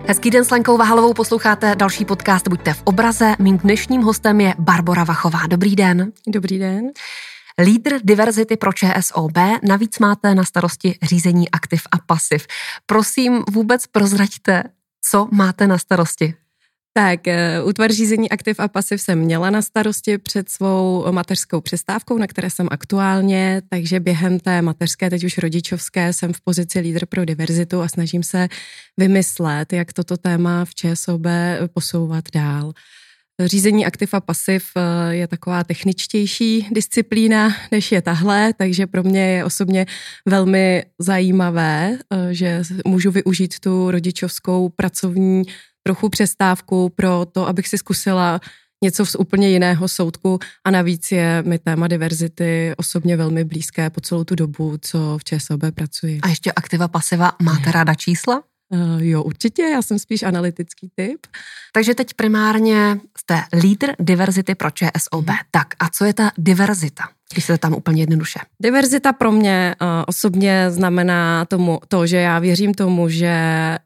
Hezký den s Lenkou Vahalovou, posloucháte další podcast Buďte v obraze. Mým dnešním hostem je Barbora Vachová. Dobrý den. Dobrý den. Lídr diverzity pro ČSOB, navíc máte na starosti řízení aktiv a pasiv. Prosím, vůbec prozraďte, co máte na starosti. Tak, útvar řízení aktiv a pasiv jsem měla na starosti před svou mateřskou přestávkou, na které jsem aktuálně, takže během té mateřské, teď už rodičovské, jsem v pozici lídr pro diverzitu a snažím se vymyslet, jak toto téma v ČSOB posouvat dál. Řízení aktiv a pasiv je taková techničtější disciplína, než je tahle, takže pro mě je osobně velmi zajímavé, že můžu využít tu rodičovskou pracovní trochu přestávku pro to, abych si zkusila něco z úplně jiného soudku a navíc je mi téma diverzity osobně velmi blízké po celou tu dobu, co v ČSOB pracuji. A ještě aktiva pasiva, máte ráda čísla? Jo, určitě, já jsem spíš analytický typ. Takže teď primárně jste lídr diverzity pro ČSOB. Tak a co je ta diverzita, když se tam úplně jednoduše? Diverzita pro mě osobně znamená to, že já věřím tomu, že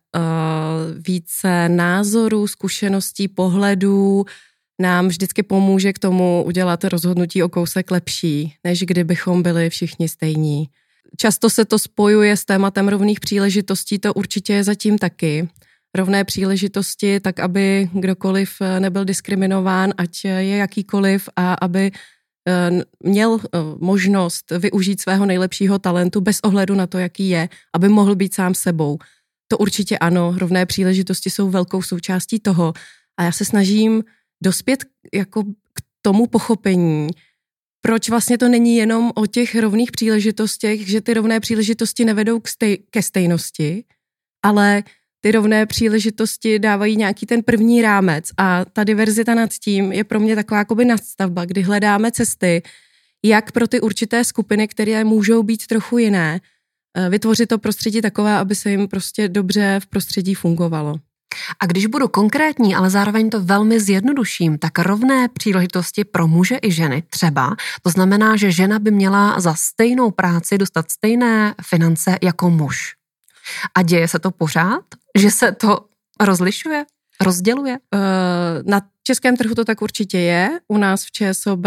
více názorů, zkušeností, pohledů nám vždycky pomůže k tomu udělat rozhodnutí o kousek lepší, než kdybychom byli všichni stejní. Často se to spojuje s tématem rovných příležitostí, to určitě je zatím taky. Rovné příležitosti, tak aby kdokoliv nebyl diskriminován, ať je jakýkoliv a aby měl možnost využít svého nejlepšího talentu bez ohledu na to, jaký je, aby mohl být sám sebou. To určitě ano, rovné příležitosti jsou velkou součástí toho a já se snažím dospět jako k tomu pochopení, proč vlastně to není jenom o těch rovných příležitostech, že ty rovné příležitosti nevedou ke stejnosti, ale ty rovné příležitosti dávají nějaký ten první rámec a ta diverzita nad tím je pro mě taková jakoby nadstavba, kdy hledáme cesty, jak pro ty určité skupiny, které můžou být trochu jiné, vytvořit to prostředí takové, aby se jim prostě dobře v prostředí fungovalo. A když budu konkrétní, ale zároveň to velmi zjednoduším, tak rovné příležitosti pro muže i ženy třeba. To znamená, že žena by měla za stejnou práci dostat stejné finance jako muž. A děje se to pořád? Že se to rozlišuje? Rozděluje? Na českém trhu to tak určitě je. U nás v ČSOB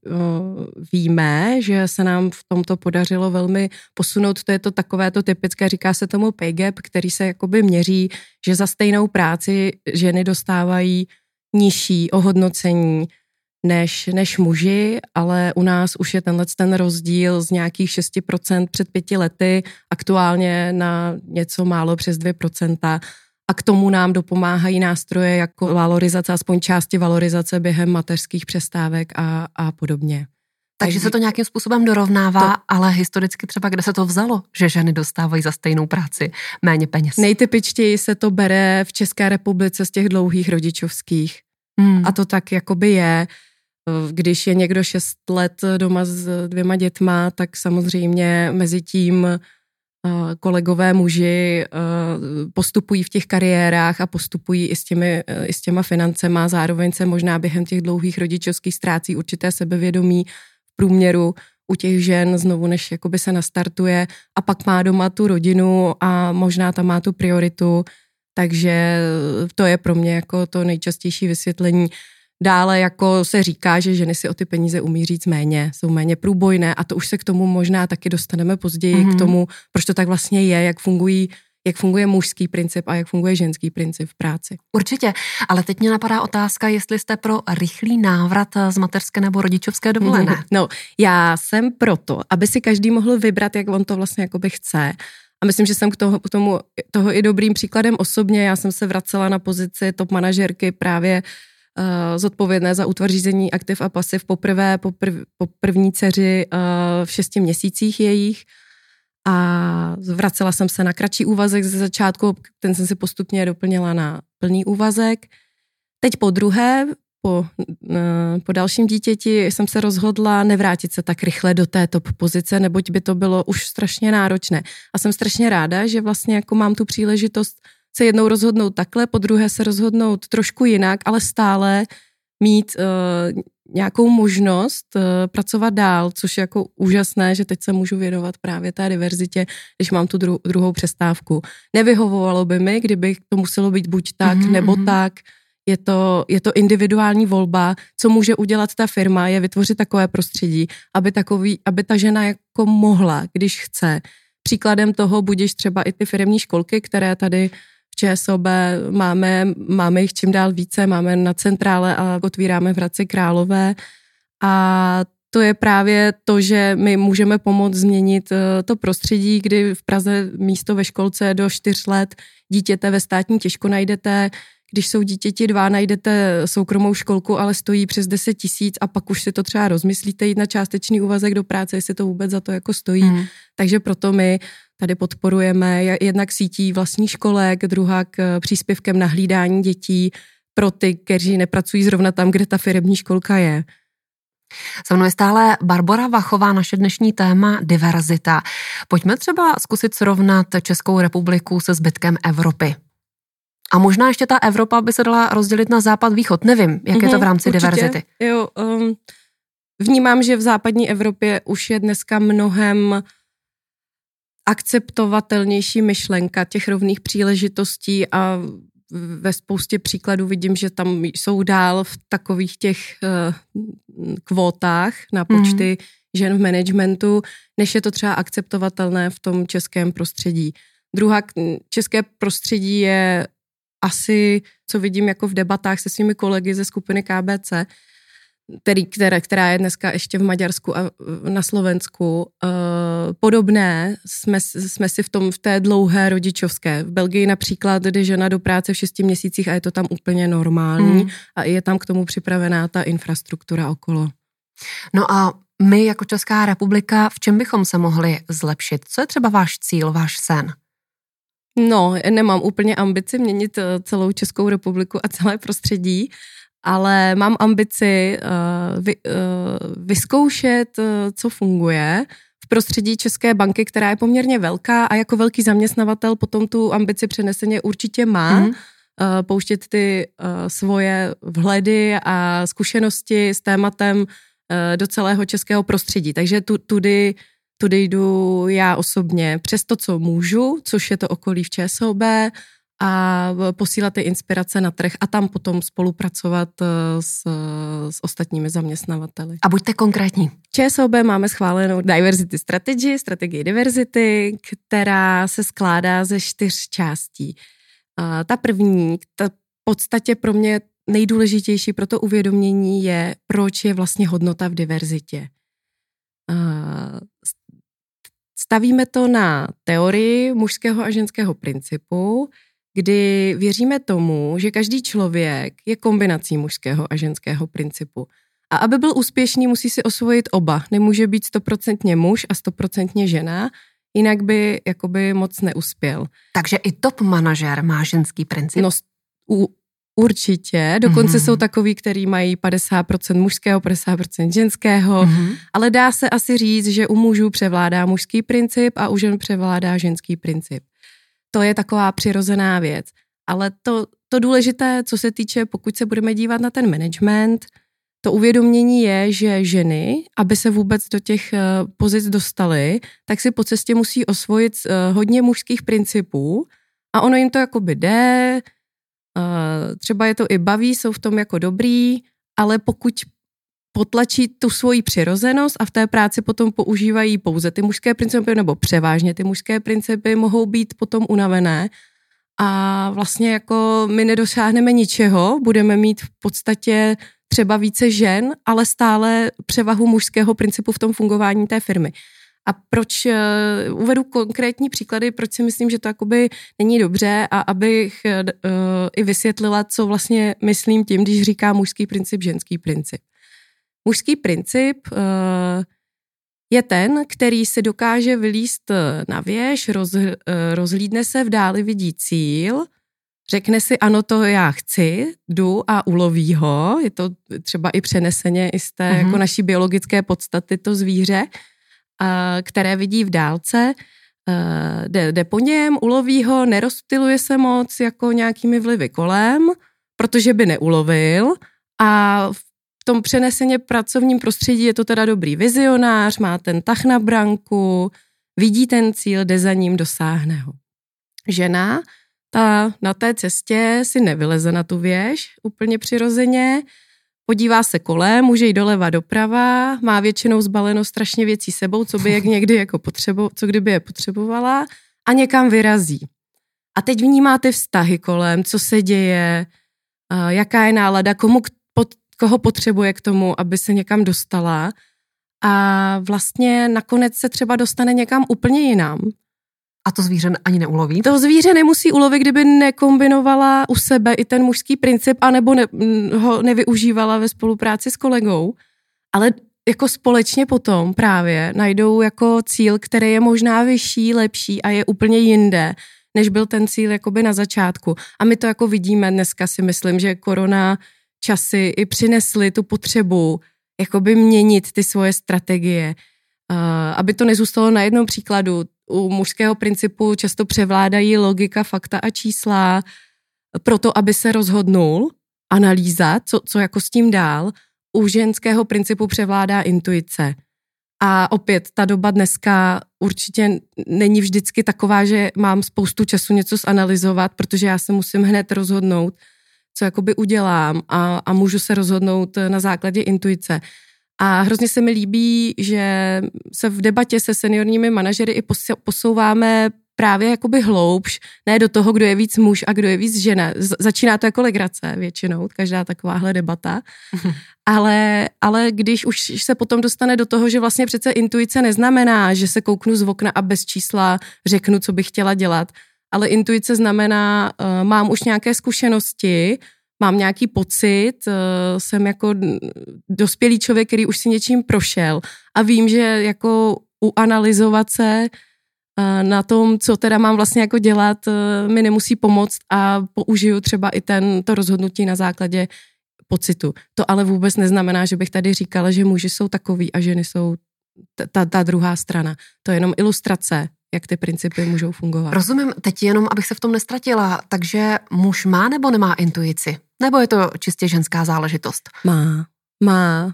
víme, že se nám v tomto podařilo velmi posunout. To je to takovéto typické, říká se tomu pay gap, který se jakoby měří, že za stejnou práci ženy dostávají nižší ohodnocení než muži, ale u nás už je ten rozdíl z nějakých 6% před 5 lety aktuálně na něco málo přes 2%. A k tomu nám dopomáhají nástroje jako valorizace, aspoň části valorizace během mateřských přestávek a podobně. Takže se to nějakým způsobem dorovnává, ale historicky třeba kde se to vzalo, že ženy dostávají za stejnou práci méně peněz? Nejtypičtěji se to bere v České republice z těch dlouhých rodičovských. A to tak jakoby je. Když je někdo 6 let doma s 2 dětma, tak samozřejmě mezi tím kolegové muži postupují v těch kariérách a postupují i s těma financema. Zároveň se možná během těch dlouhých rodičovských ztrácí určité sebevědomí v průměru u těch žen znovu, než jakoby se nastartuje a pak má doma tu rodinu a možná tam má tu prioritu. Takže to je pro mě jako to nejčastější vysvětlení. Dále jako se říká, že ženy si o ty peníze umí říct méně, jsou méně průbojné a to už se k tomu možná taky dostaneme později, k tomu, proč to tak vlastně je, jak funguje mužský princip a jak funguje ženský princip v práci. Určitě, ale teď mě napadá otázka, jestli jste pro rychlý návrat z mateřské nebo rodičovské dovolené. No, já jsem proto, aby si každý mohl vybrat, jak on to vlastně jakoby chce. A myslím, že jsem k tomu i dobrým příkladem osobně. Já jsem se vracela na pozici top manažerky právě zodpovědné za útvar řízení aktiv a pasiv poprvé po první dceři v 6 měsících jejich a vracela jsem se na kratší úvazek ze začátku, ten jsem si postupně doplnila na plný úvazek. Teď po druhé, po dalším dítěti jsem se rozhodla nevrátit se tak rychle do té top pozice, neboť by to bylo už strašně náročné. A jsem strašně ráda, že vlastně jako mám tu příležitost se jednou rozhodnout takhle, po druhé se rozhodnout trošku jinak, ale stále mít nějakou možnost pracovat dál, což je jako úžasné, že teď se můžu věnovat právě té diverzitě, když mám tu druhou přestávku. Nevyhovovalo by mi, kdyby to muselo být buď tak, nebo tak. Je to individuální volba, co může udělat ta firma, je vytvořit takové prostředí, aby ta žena jako mohla, když chce. Příkladem toho budeš třeba i ty firemní školky, které tady v ČSOB máme jich čím dál více, máme na centrále a otvíráme v Hradci Králové a to je právě to, že my můžeme pomoct změnit to prostředí, kdy v Praze místo ve školce do 4 let dítěte ve státní těžko najdete, když jsou dítěti 2, najdete soukromou školku, ale stojí přes 10 000 a pak už si to třeba rozmyslíte jít na částečný úvazek do práce, jestli to vůbec za to jako stojí. Takže proto my tady podporujeme jednak sítí vlastních školek, druhá k příspěvkem na hlídání dětí pro ty, kteří nepracují zrovna tam, kde ta firemní školka je. Se mnou je stále Barbora Vachová, naše dnešní téma diverzita. Pojďme třeba zkusit srovnat Českou republiku se zbytkem Evropy. A možná ještě ta Evropa by se dala rozdělit na západ-východ. Nevím, jak je to v rámci určitě. diverzity. Jo, vnímám, že v západní Evropě už je dneska mnohem akceptovatelnější myšlenka těch rovných příležitostí a ve spoustě příkladů vidím, že tam jsou dál v takových těch kvótách na počty žen v managementu, než je to třeba akceptovatelné v tom českém prostředí. Druhá, české prostředí je asi, co vidím jako v debatách se svými kolegy ze skupiny KBC, která je dneska ještě v Maďarsku a na Slovensku, podobné jsme si v té dlouhé rodičovské. V Belgii například jde žena do práce v 6 měsících a je to tam úplně normální a je tam k tomu připravená ta infrastruktura okolo. No a my jako Česká republika, v čem bychom se mohli zlepšit? Co je třeba váš cíl, váš sen? No, nemám úplně ambici měnit celou Českou republiku a celé prostředí, ale mám ambici vyzkoušet, co funguje v prostředí České banky, která je poměrně velká a jako velký zaměstnavatel potom tu ambici přeneseně určitě má, pouštět ty svoje vhledy a zkušenosti s tématem do celého českého prostředí. Takže tudy jdu já osobně přes to, co můžu, což je to okolí v ČSOB, a posílat ty inspirace na trh a tam potom spolupracovat s ostatními zaměstnavateli. A buďte konkrétní. ČSOB máme schválenou Diversity Strategy, strategii diverzity, která se skládá ze 4 částí. Ta první, ta v podstatě pro mě nejdůležitější pro to uvědomění je, proč je vlastně hodnota v diverzitě. Stavíme to na teorii mužského a ženského principu, kdy věříme tomu, že každý člověk je kombinací mužského a ženského principu. A aby byl úspěšný, musí si osvojit oba. Nemůže být 100% muž a 100% žena, jinak by jakoby moc neuspěl. Takže i top manažer má ženský princip? No, určitě. Dokonce jsou takový, který mají 50% mužského, 50% ženského, ale dá se asi říct, že u mužů převládá mužský princip a u žen převládá ženský princip. To je taková přirozená věc. Ale to důležité, co se týče, pokud se budeme dívat na ten management, to uvědomění je, že ženy, aby se vůbec do těch pozic dostaly, tak si po cestě musí osvojit hodně mužských principů a ono jim to jakoby jde, třeba je to i baví, jsou v tom jako dobrý, ale pokud potlačí tu svoji přirozenost a v té práci potom používají pouze ty mužské principy nebo převážně ty mužské principy, mohou být potom unavené a vlastně jako my nedosáhneme ničeho, budeme mít v podstatě třeba více žen, ale stále převahu mužského principu v tom fungování té firmy. A proč uvedu konkrétní příklady, proč si myslím, že to jakoby není dobře a abych i vysvětlila, co vlastně myslím tím, když říkám mužský princip, ženský princip. Mužský princip je ten, který se dokáže vylízt na věž, rozhlídne se, v dáli vidí cíl, řekne si, ano, to já chci, jdu a uloví ho. Je to třeba i přeneseně i z té jako naší biologické podstaty to zvíře, které vidí v dálce, jde po něm, uloví ho, nerozptyluje se moc jako nějakými vlivy kolem, protože by neulovil a v tom přeneseně pracovním prostředí je to teda dobrý vizionář, má ten tah na branku, vidí ten cíl, jde za ním, dosáhne ho. Žena, ta na té cestě si nevyleze na tu věž úplně přirozeně, podívá se kolem, může jít doleva doprava, má většinou zbaleno strašně věcí sebou, co by jak někdy jako co kdyby je potřebovala a někam vyrazí. A teď vnímá ty vztahy kolem, co se děje, jaká je nálada, koho potřebuje k tomu, aby se někam dostala a vlastně nakonec se třeba dostane někam úplně jinam. A to zvíře ani neuloví? To zvíře nemusí ulovit, kdyby nekombinovala u sebe i ten mužský princip, anebo ho nevyužívala ve spolupráci s kolegou, ale jako společně potom právě najdou jako cíl, který je možná vyšší, lepší a je úplně jinde, než byl ten cíl jakoby na začátku. A my to jako vidíme dneska, si myslím, že korona časy i přinesly tu potřebu jakoby měnit ty svoje strategie, aby to nezůstalo na jednom příkladu. U mužského principu často převládají logika, fakta a čísla proto, aby se rozhodnul, analýza, co jako s tím dál. U ženského principu převládá intuice. A opět ta doba dneska určitě není vždycky taková, že mám spoustu času něco zanalyzovat, protože já se musím hned rozhodnout, co jakoby udělám a můžu se rozhodnout na základě intuice. A hrozně se mi líbí, že se v debatě se seniorními manažery i posouváme právě jakoby hloubš, ne do toho, kdo je víc muž a kdo je víc žena. Začíná to jako legrace většinou, každá takováhle debata. Ale když už se potom dostane do toho, že vlastně přece intuice neznamená, že se kouknu z okna a bez čísla řeknu, co bych chtěla dělat, ale intuice znamená, mám už nějaké zkušenosti, mám nějaký pocit, jsem jako dospělý člověk, který už si něčím prošel a vím, že jako uanalyzovat se na tom, co teda mám vlastně jako dělat, mi nemusí pomoct a použiju třeba i to rozhodnutí na základě pocitu. To ale vůbec neznamená, že bych tady říkala, že muži jsou takový a ženy jsou ta druhá strana. To je jenom ilustrace, jak ty principy můžou fungovat. Rozumím, teď jenom, abych se v tom nestratila, takže muž má nebo nemá intuici? Nebo je to čistě ženská záležitost? Má.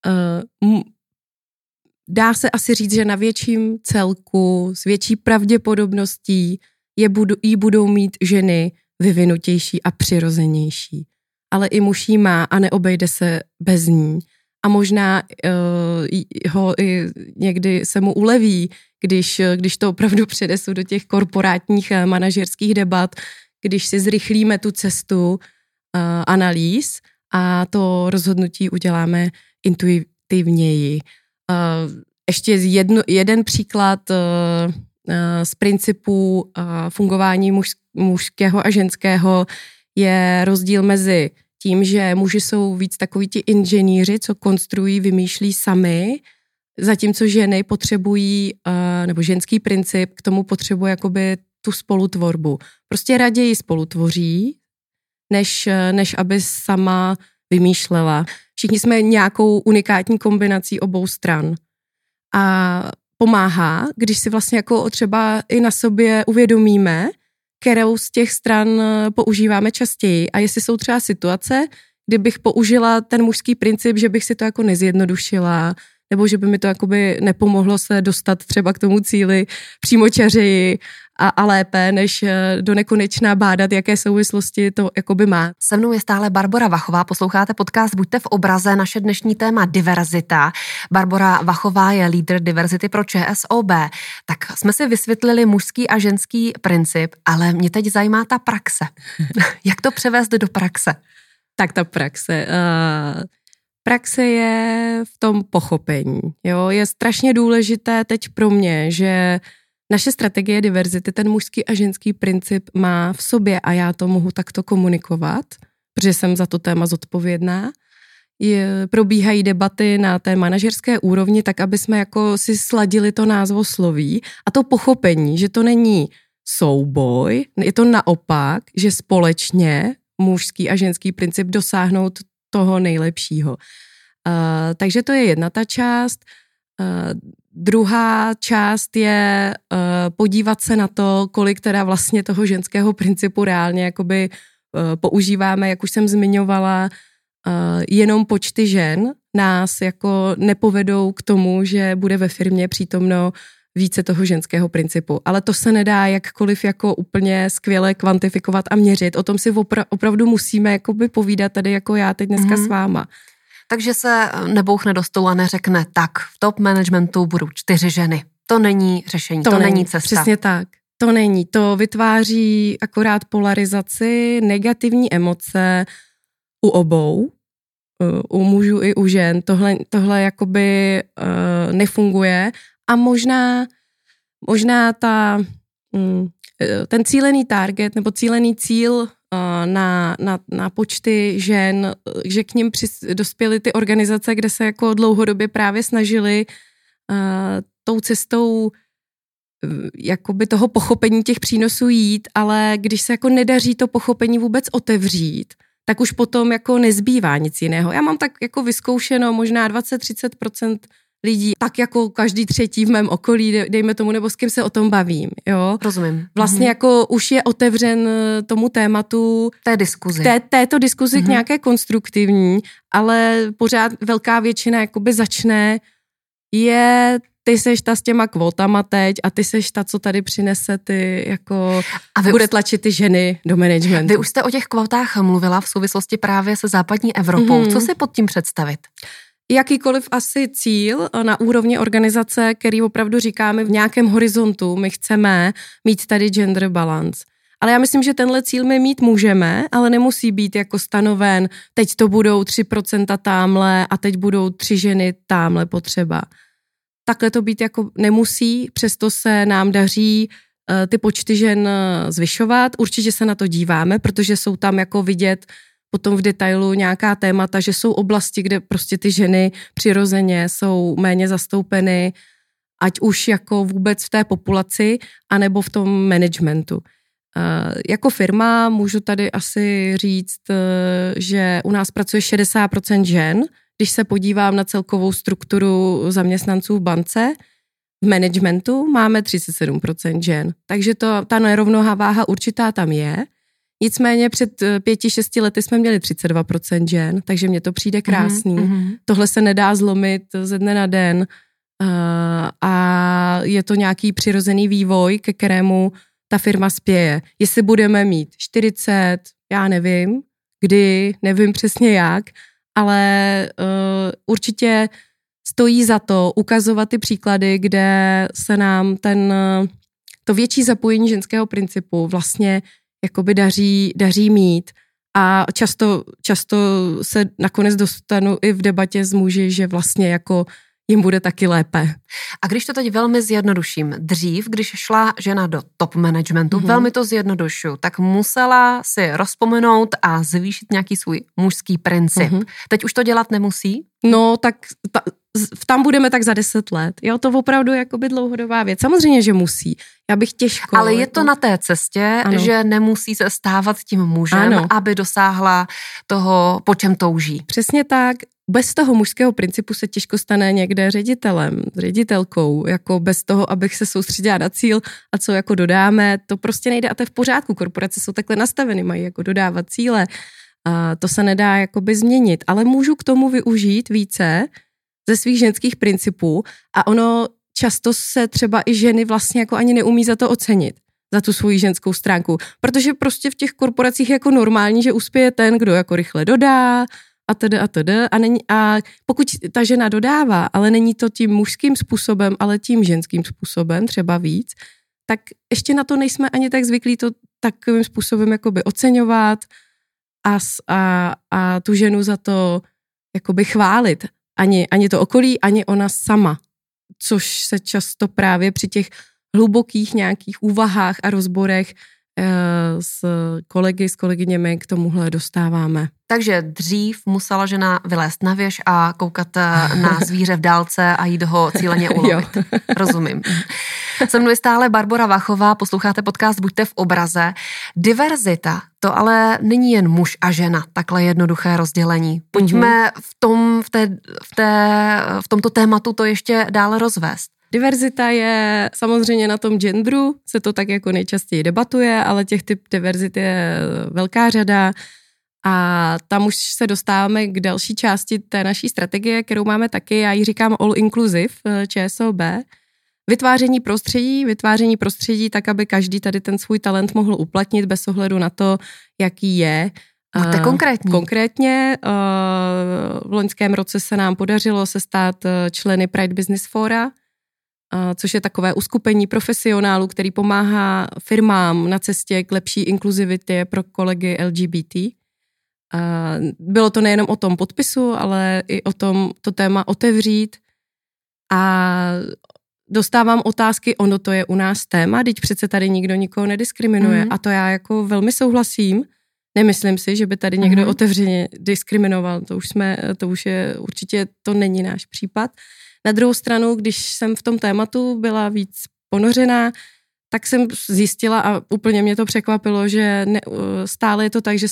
Dá se asi říct, že na větším celku s větší pravděpodobností ji budou mít ženy vyvinutější a přirozenější. Ale i muž ji má a neobejde se bez ní. A možná ho i někdy se mu uleví, když to opravdu předesu do těch korporátních manažerských debat, když si zrychlíme tu cestu analýz a to rozhodnutí uděláme intuitivněji. Ještě jeden příklad z principů fungování mužského a ženského je rozdíl mezi tím, že muži jsou víc takoví ti inženýři, co konstruují, vymýšlí sami, zatímco ženy potřebují, nebo ženský princip k tomu potřebuje jakoby tu spolutvorbu. Prostě raději spolutvoří, než aby sama vymýšlela. Všichni jsme nějakou unikátní kombinací obou stran. A pomáhá, když si vlastně jako třeba i na sobě uvědomíme, kterou z těch stran používáme častěji. A jestli jsou třeba situace, kdy bych použila ten mužský princip, že bych si to jako nezjednodušila, nebo že by mi to jakoby nepomohlo se dostat třeba k tomu cíli přímočařeji a lépe, než do nekonečna bádat, jaké souvislosti to jakoby má. Se mnou je stále Barbora Vachová, posloucháte podcast Buďte v obraze, naše dnešní téma diverzita. Barbora Vachová je lídr diverzity pro ČSOB. Tak jsme si vysvětlili mužský a ženský princip, ale mě teď zajímá ta praxe. Jak to převést do praxe? Tak ta praxe... Praxe je v tom pochopení. Jo? Je strašně důležité teď pro mě, že naše strategie diverzity, ten mužský a ženský princip má v sobě a já to mohu takto komunikovat, protože jsem za to téma zodpovědná. Probíhají debaty na té manažerské úrovni, tak aby jsme jako si sladili to názvosloví a to pochopení, že to není souboj, je to naopak, že společně mužský a ženský princip dosáhnout toho nejlepšího. Takže to je jedna ta část. Druhá část je podívat se na to, kolik teda vlastně toho ženského principu reálně jakoby používáme, jak už jsem zmiňovala, jenom počty žen nás jako nepovedou k tomu, že bude ve firmě přítomno více toho ženského principu. Ale to se nedá jakkoliv jako úplně skvěle kvantifikovat a měřit. O tom si opravdu musíme jakoby povídat tady jako já teď dneska s váma. Takže se nebouchne do stolu a neřekne, tak v top managementu budou 4 ženy. To není řešení, to není cesta. Přesně tak. To není. To vytváří akorát polarizaci, negativní emoce u obou, u mužů i u žen. Tohle jakoby nefunguje a možná ten cílený target nebo cílený cíl na počty žen, že k nim dospěly ty organizace, kde se jako dlouhodobě právě snažili tou cestou jakoby toho pochopení těch přínosů jít, ale když se jako nedaří to pochopení vůbec otevřít, tak už potom jako nezbývá nic jiného. Já mám tak jako vyzkoušeno možná 20-30% lidí, tak jako každý třetí v mém okolí, dejme tomu, nebo s kým se o tom bavím, jo. Rozumím. Vlastně jako už je otevřen tomu tématu, této diskuzi k nějaké konstruktivní, ale pořád velká většina jakoby začne ty seš ta s těma kvótama teď a ty seš ta, co tady přinese ty jako bude tlačit ty ženy do managementu. Vy už jste o těch kvótách mluvila v souvislosti právě se západní Evropou. Co si pod tím představit? Jakýkoliv asi cíl na úrovni organizace, který opravdu říkáme v nějakém horizontu, my chceme mít tady gender balance. Ale já myslím, že tenhle cíl my mít můžeme, ale nemusí být jako stanoven, teď to budou 3% támhle a teď budou 3 ženy támhle potřeba. Takhle to být jako nemusí, přesto se nám daří ty počty žen zvyšovat. Určitě se na to díváme, protože jsou tam jako vidět potom v detailu nějaká témata, že jsou oblasti, kde prostě ty ženy přirozeně jsou méně zastoupeny, ať už jako vůbec v té populaci, anebo v tom managementu. Jako firma můžu tady asi říct, že u nás pracuje 60% žen. Když se podívám na celkovou strukturu zaměstnanců v bance, v managementu máme 37% žen. Takže ta nerovnováha váha určitá tam je. Nicméně před 5-6 lety jsme měli 32% žen, takže mně to přijde krásný. Tohle se nedá zlomit ze dne na den a je to nějaký přirozený vývoj, ke kterému ta firma spěje. Jestli budeme mít 40, já nevím, kdy, nevím přesně jak, ale určitě stojí za to ukazovat ty příklady, kde se nám to větší zapojení ženského principu vlastně jakoby daří mít a často se nakonec dostanu i v debatě s muži, že vlastně jako jim bude taky lépe. A když to teď velmi zjednoduším, dřív, když šla žena do top managementu, velmi to zjednodušuju, tak musela si rozpomenout a zvýšit nějaký svůj mužský princip. Teď už to dělat nemusí? No, tak tam budeme tak za 10 let. Jo, to opravdu jakoby dlouhodobá věc. Samozřejmě, že musí. Já bych těžko. Ale je to na té cestě, ano, že nemusí se stávat tím mužem, ano, aby dosáhla toho, po čem touží. Přesně tak. Bez toho mužského principu se těžko stane někde ředitelem, ředitelkou, jako bez toho, abych se soustředila na cíl a co jako dodáme, to prostě nejde a to je v pořádku. Korporace jsou takhle nastaveny, mají jako dodávat cíle. A to se nedá jakoby změnit, ale můžu k tomu využít více ze svých ženských principů a ono často se třeba i ženy vlastně jako ani neumí za to ocenit, za tu svoji ženskou stránku, protože prostě v těch korporacích je jako normální, že uspěje ten, kdo jako rychle dodá a pokud ta žena dodává, ale není to tím mužským způsobem, ale tím ženským způsobem, třeba víc, tak ještě na to nejsme ani tak zvyklí to takovým způsobem jakoby oceňovat a tu ženu za to jakoby chválit. Ani to okolí, ani ona sama, což se často právě při těch hlubokých nějakých úvahách a rozborech s kolegy, s kolegyněmi k tomuhle dostáváme. Takže dřív musela žena vylézt na věž a koukat na zvíře v dálce a jít ho cíleně ulovit. Rozumím. Se mnou je stále Barbora Vachová, posloucháte podcast Buďte v obraze. Diverzita, to ale není jen muž a žena, takhle jednoduché rozdělení. Pojďme v tomto tématu to ještě dále rozvést. Diverzita je samozřejmě na tom genderu, se to tak jako nejčastěji debatuje, ale těch typ diverzit je velká řada A tam už se dostáváme k další části té naší strategie, kterou máme taky, já ji říkám all inclusive ČSOB. Vytváření prostředí tak, aby každý tady ten svůj talent mohl uplatnit bez ohledu na to, jaký je. Buďte konkrétní. Konkrétně v loňském roce se nám podařilo se stát členy Pride Business Fora, což je takové uskupení profesionálů, který pomáhá firmám na cestě k lepší inkluzivitě pro kolegy LGBT. Bylo to nejenom o tom podpisu, ale i o tom to téma otevřít. A dostávám otázky, ono to je u nás téma, teď přece tady nikdo nikoho nediskriminuje. A to já jako velmi souhlasím. Nemyslím si, že by tady někdo otevřeně diskriminoval. To už je určitě, to není náš případ. Na druhou stranu, když jsem v tom tématu byla víc ponořená, tak jsem zjistila a úplně mě to překvapilo, že stále je to tak, že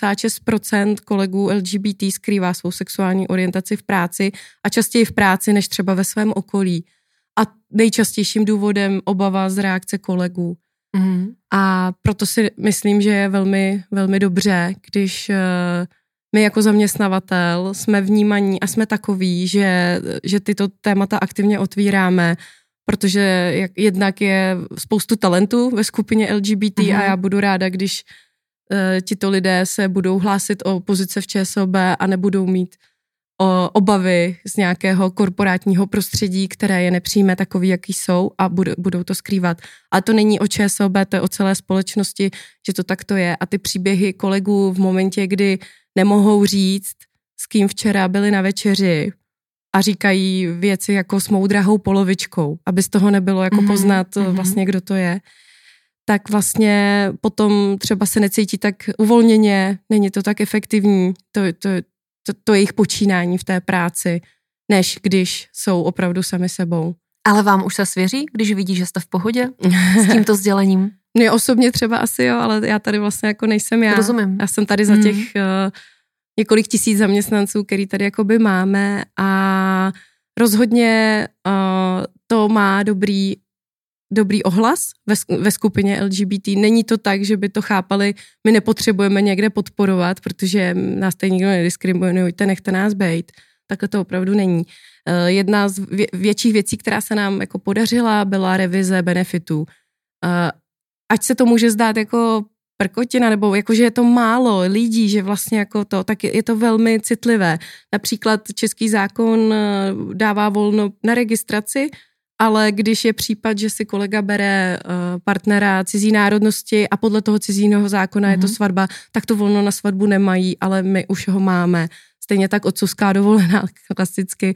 76% kolegů LGBT skrývá svou sexuální orientaci v práci a častěji v práci, než třeba ve svém okolí. A nejčastějším důvodem obava z reakce kolegů. A proto si myslím, že je velmi, velmi dobře, když my jako zaměstnavatel jsme vnímaní a jsme takoví, že tyto témata aktivně otvíráme, protože jednak je spoustu talentů ve skupině LGBT a já budu ráda, když tito lidé se budou hlásit o pozice v ČSOB a nebudou mít obavy z nějakého korporátního prostředí, které je nepřijme takový, jaký jsou a budou to skrývat. Ale to není o ČSOB, to je o celé společnosti, že to takto je. A ty příběhy kolegů v momentě, kdy nemohou říct, s kým včera byli na večeři a říkají věci jako s mou drahou polovičkou, aby z toho nebylo jako poznat vlastně, kdo to je, tak vlastně potom třeba se necítí tak uvolněně, není to tak efektivní, to jejich počínání v té práci, než když jsou opravdu sami sebou. Ale vám už se svěří, když vidí, že jste v pohodě s tímto sdělením? Mně osobně třeba asi jo, ale já tady vlastně jako nejsem já. Rozumím. Já jsem tady za těch několik tisíc zaměstnanců, který tady jakoby máme a rozhodně to má dobrý ohlas ve skupině LGBT. Není to tak, že by to chápali, my nepotřebujeme někde podporovat, protože nás tady nikdo nediskriminujte, nechte nás bejt. Takhle to opravdu není. Jedna z větších věcí, která se nám jako podařila, byla revize benefitů. Ať se to může zdát jako prkotina, nebo jako, že je to málo lidí, že vlastně jako to, tak je to velmi citlivé. Například český zákon dává volno na registraci, ale když je případ, že si kolega bere partnera cizí národnosti a podle toho cizího zákona je to svatba, tak to volno na svatbu nemají, ale my už ho máme. Stejně tak otcovská dovolená klasicky,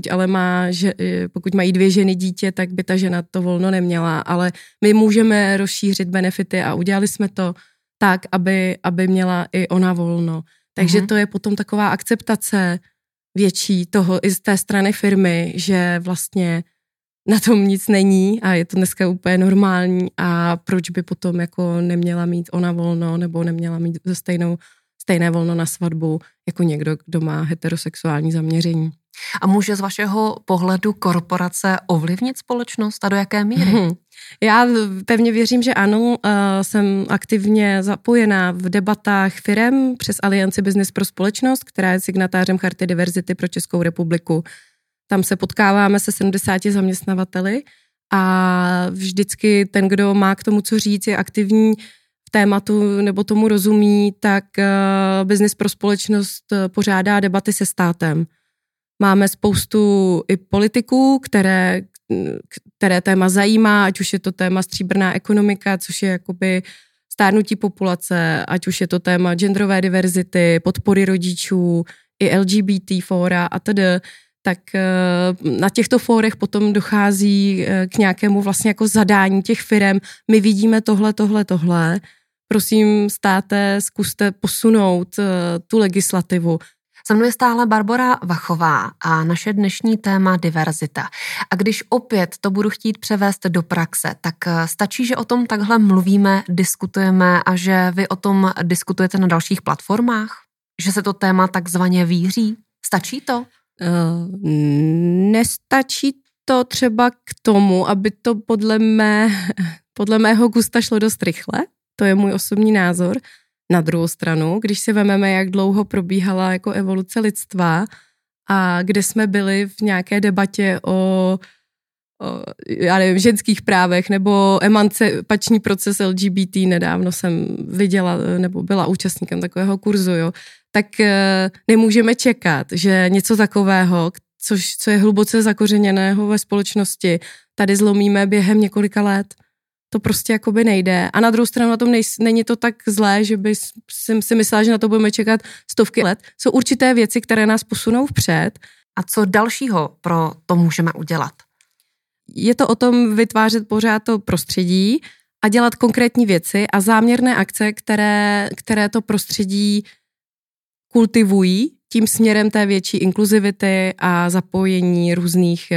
pokud mají 2 ženy dítě, tak by ta žena to volno neměla, ale my můžeme rozšířit benefity a udělali jsme to tak, aby měla i ona volno. Takže to je potom taková akceptace větší toho i z té strany firmy, že vlastně na tom nic není a je to dneska úplně normální a proč by potom jako neměla mít ona volno nebo neměla mít stejné volno na svatbu jako někdo, kdo má heterosexuální zaměření. A může z vašeho pohledu korporace ovlivnit společnost a do jaké míry? Já pevně věřím, že ano. Jsem aktivně zapojená v debatách firem přes Alianci Business pro společnost, která je signatářem Charty diverzity pro Českou republiku. Tam se potkáváme se 70 zaměstnavateli a vždycky ten, kdo má k tomu co říct, je aktivní v tématu nebo tomu rozumí, tak Business pro společnost pořádá debaty se státem. Máme spoustu i politiků, které téma zajímá, ať už je to téma stříbrná ekonomika, což je jakoby stárnutí populace, ať už je to téma genderové diverzity, podpory rodičů, i LGBT fóra a tedy, tak na těchto fórech potom dochází k nějakému vlastně jako zadání těch firem. My vidíme tohle. Prosím, státe, zkuste posunout tu legislativu. Se mnou je stále Barbora Vachová a naše dnešní téma diverzita. A když opět to budu chtít převést do praxe, tak stačí, že o tom takhle mluvíme, diskutujeme a že vy o tom diskutujete na dalších platformách? Že se to téma takzvaně víří? Stačí to? Nestačí to třeba k tomu, aby to podle mého gusta šlo dost rychle. To je můj osobní názor. Na druhou stranu, když si vememe, jak dlouho probíhala jako evoluce lidstva a kde jsme byli v nějaké debatě o já nevím, ženských právech nebo emancipační proces LGBT, nedávno jsem viděla nebo byla účastníkem takového kurzu, jo, tak nemůžeme čekat, že něco takového, co je hluboce zakořeněného ve společnosti, tady zlomíme během několika let. To prostě jakoby nejde. A na druhou stranu na tom není to tak zlé, že by si myslela, že na to budeme čekat stovky let. Jsou určité věci, které nás posunou vpřed. A co dalšího pro to můžeme udělat? Je to o tom vytvářet pořád to prostředí a dělat konkrétní věci a záměrné akce, které to prostředí kultivují tím směrem té větší inkluzivity a zapojení různých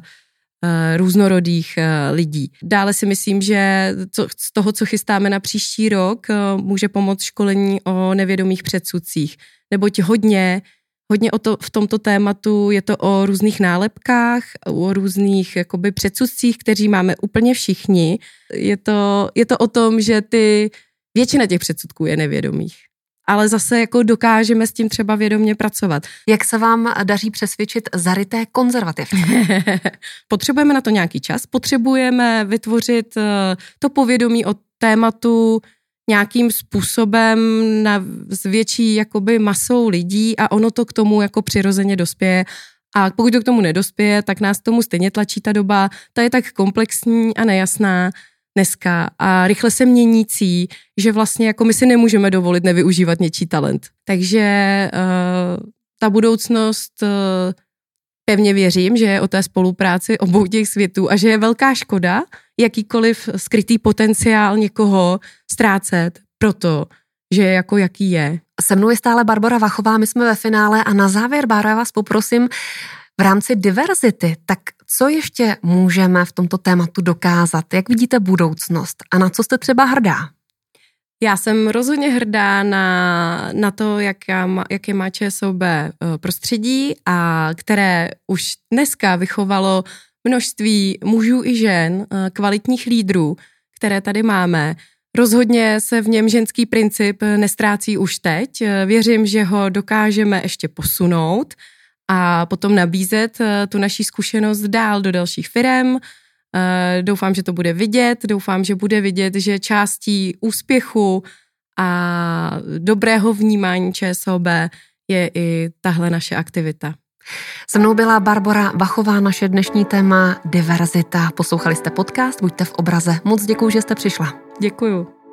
různorodých lidí. Dále si myslím, že z toho, co chystáme na příští rok, může pomoct školení o nevědomých předsudcích. Neboť hodně v tomto tématu je to o různých nálepkách, o různých jakoby předsudcích, kteří máme úplně všichni. Je to o tom, že většina těch předsudků je nevědomých. Ale zase jako dokážeme s tím třeba vědomě pracovat. Jak se vám daří přesvědčit zaryté konzervativce? Potřebujeme na to nějaký čas, potřebujeme vytvořit to povědomí o tématu nějakým způsobem s větší jakoby masou lidí a ono to k tomu jako přirozeně dospěje. A pokud to k tomu nedospěje, tak nás k tomu stejně tlačí ta doba. Ta je tak komplexní a nejasná dneska a rychle se měnící, že vlastně jako my si nemůžeme dovolit nevyužívat něčí talent. Takže ta budoucnost pevně věřím, že je o té spolupráci obou těch světů a že je velká škoda jakýkoliv skrytý potenciál někoho ztrácet proto, že je jako jaký je. Se mnou je stále Barbora Vachová, my jsme ve finále a na závěr, Bára, vás poprosím v rámci diverzity, tak co ještě můžeme v tomto tématu dokázat? Jak vidíte budoucnost a na co jste třeba hrdá? Já jsem rozhodně hrdá na to, jaké má ČSOB prostředí a které už dneska vychovalo množství mužů i žen, kvalitních lídrů, které tady máme. Rozhodně se v něm ženský princip nestrácí už teď. Věřím, že ho dokážeme ještě posunout a potom nabízet tu naší zkušenost dál do dalších firem. Doufám, že to bude vidět, doufám, že bude vidět, že částí úspěchu a dobrého vnímání ČSOB je i tahle naše aktivita. Se mnou byla Barbora Vachová, naše dnešní téma diverzita. Poslouchali jste podcast Buďte v obraze. Moc děkuju, že jste přišla. Děkuju.